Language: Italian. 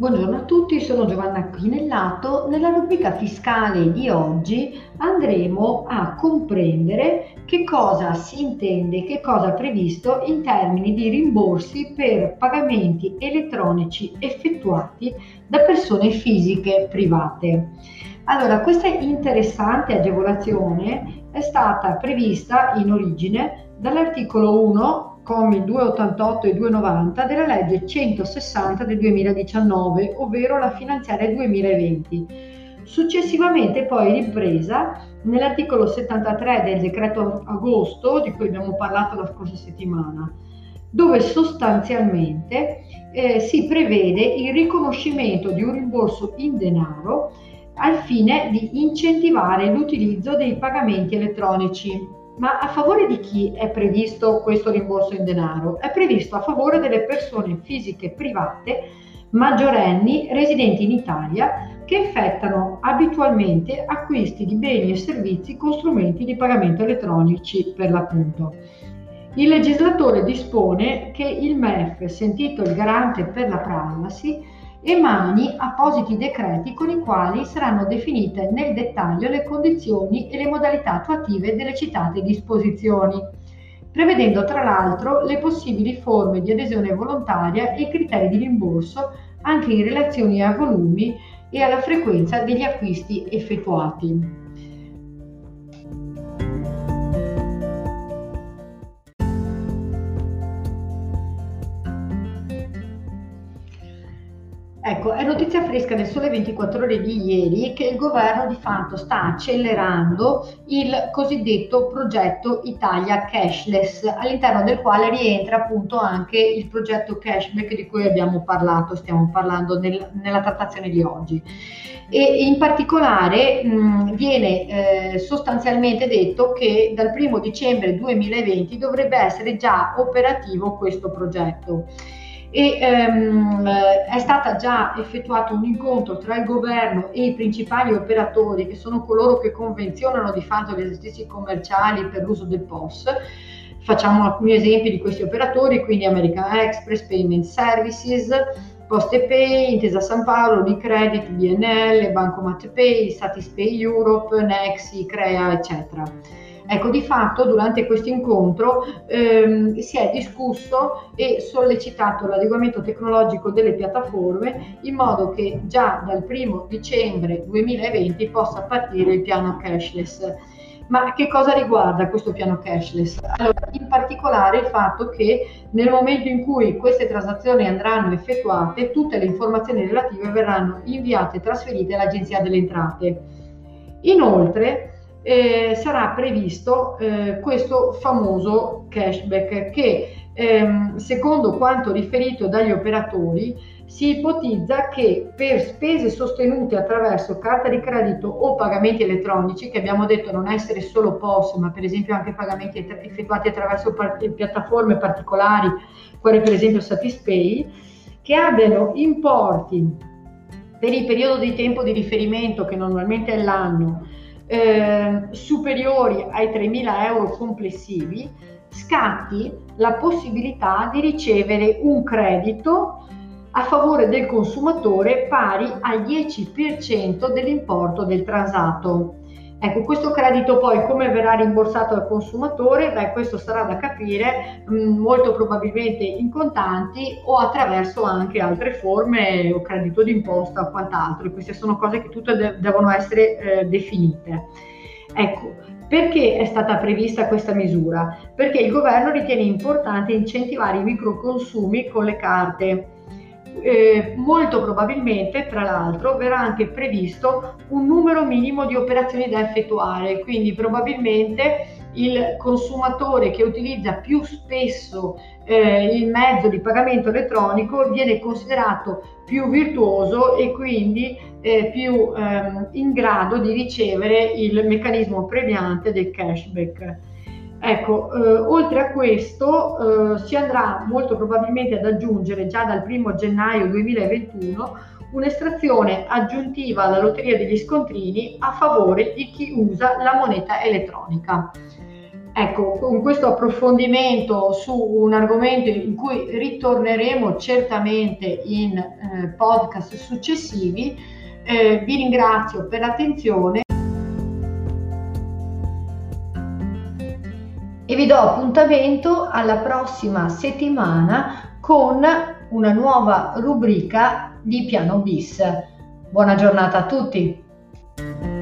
Buongiorno a tutti, sono Giovanna Chinellato. Nella rubrica fiscale di oggi andremo a comprendere che cosa si intende, che cosa è previsto in termini di rimborsi per pagamenti elettronici effettuati da persone fisiche private. Allora, questa interessante agevolazione è stata prevista in origine dall'articolo 1 commi 288 e 290 della legge 160 del 2019, ovvero la finanziaria 2020. Successivamente poi ripresa nell'articolo 73 del decreto agosto, di cui abbiamo parlato la scorsa settimana, dove sostanzialmente si prevede il riconoscimento di un rimborso in denaro al fine di incentivare l'utilizzo dei pagamenti elettronici. Ma a favore di chi è previsto questo rimborso in denaro? È previsto a favore delle persone fisiche private maggiorenni residenti in Italia che effettuano abitualmente acquisti di beni e servizi con strumenti di pagamento elettronici per l'appunto. Il legislatore dispone che il MEF, sentito il garante per la privacy, emani appositi decreti con i quali saranno definite nel dettaglio le condizioni e le modalità attuative delle citate disposizioni, prevedendo tra l'altro le possibili forme di adesione volontaria e i criteri di rimborso anche in relazione ai volumi e alla frequenza degli acquisti effettuati. Ecco, è notizia fresca del Sole 24 Ore di ieri che il governo di fatto sta accelerando il cosiddetto progetto Italia Cashless, all'interno del quale rientra appunto anche il progetto Cashback di cui abbiamo parlato, stiamo parlando nella trattazione di oggi. E in particolare viene sostanzialmente detto che dal 1 dicembre 2020 dovrebbe essere già operativo questo progetto. È stata già effettuato un incontro tra il governo e i principali operatori, che sono coloro che convenzionano di fatto gli esercizi commerciali per l'uso del POS. Facciamo alcuni esempi di questi operatori, quindi American Express, Payment Services, PostePay, Intesa San Paolo, Unicredit, BNL, Bancomat Pay, Satispay Europe, Nexi, Crea, eccetera. Ecco, di fatto durante questo incontro si è discusso e sollecitato l'adeguamento tecnologico delle piattaforme in modo che già dal 1 dicembre 2020 possa partire il piano cashless. Ma che cosa riguarda questo piano cashless? Allora, in particolare il fatto che nel momento in cui queste transazioni andranno effettuate, tutte le informazioni relative verranno inviate e trasferite all'Agenzia delle Entrate. Inoltre, sarà previsto questo famoso cashback che secondo quanto riferito dagli operatori si ipotizza che per spese sostenute attraverso carta di credito o pagamenti elettronici, che abbiamo detto non essere solo POS ma per esempio anche pagamenti effettuati attraverso piattaforme particolari quale per esempio Satispay, che abbiano importi per il periodo di tempo di riferimento che normalmente è l'anno superiori ai 3.000 euro complessivi, scatti la possibilità di ricevere un credito a favore del consumatore pari al 10% dell'importo del transato. Ecco, questo credito poi come verrà rimborsato al consumatore? Beh, questo sarà da capire, molto probabilmente in contanti o attraverso anche altre forme o credito d'imposta o quant'altro. E queste sono cose che tutte devono essere definite. Ecco, perché è stata prevista questa misura? Perché il governo ritiene importante incentivare i microconsumi con le carte. Molto probabilmente, tra l'altro, verrà anche previsto un numero minimo di operazioni da effettuare, quindi probabilmente il consumatore che utilizza più spesso il mezzo di pagamento elettronico viene considerato più virtuoso e quindi più in grado di ricevere il meccanismo premiante del cashback. Ecco, oltre a questo si andrà molto probabilmente ad aggiungere già dal 1 gennaio 2021 un'estrazione aggiuntiva alla lotteria degli scontrini a favore di chi usa la moneta elettronica. Ecco, con questo approfondimento su un argomento in cui ritorneremo certamente in podcast successivi, vi ringrazio per l'attenzione e vi do appuntamento alla prossima settimana con una nuova rubrica di Piano Bis. Buona giornata a tutti!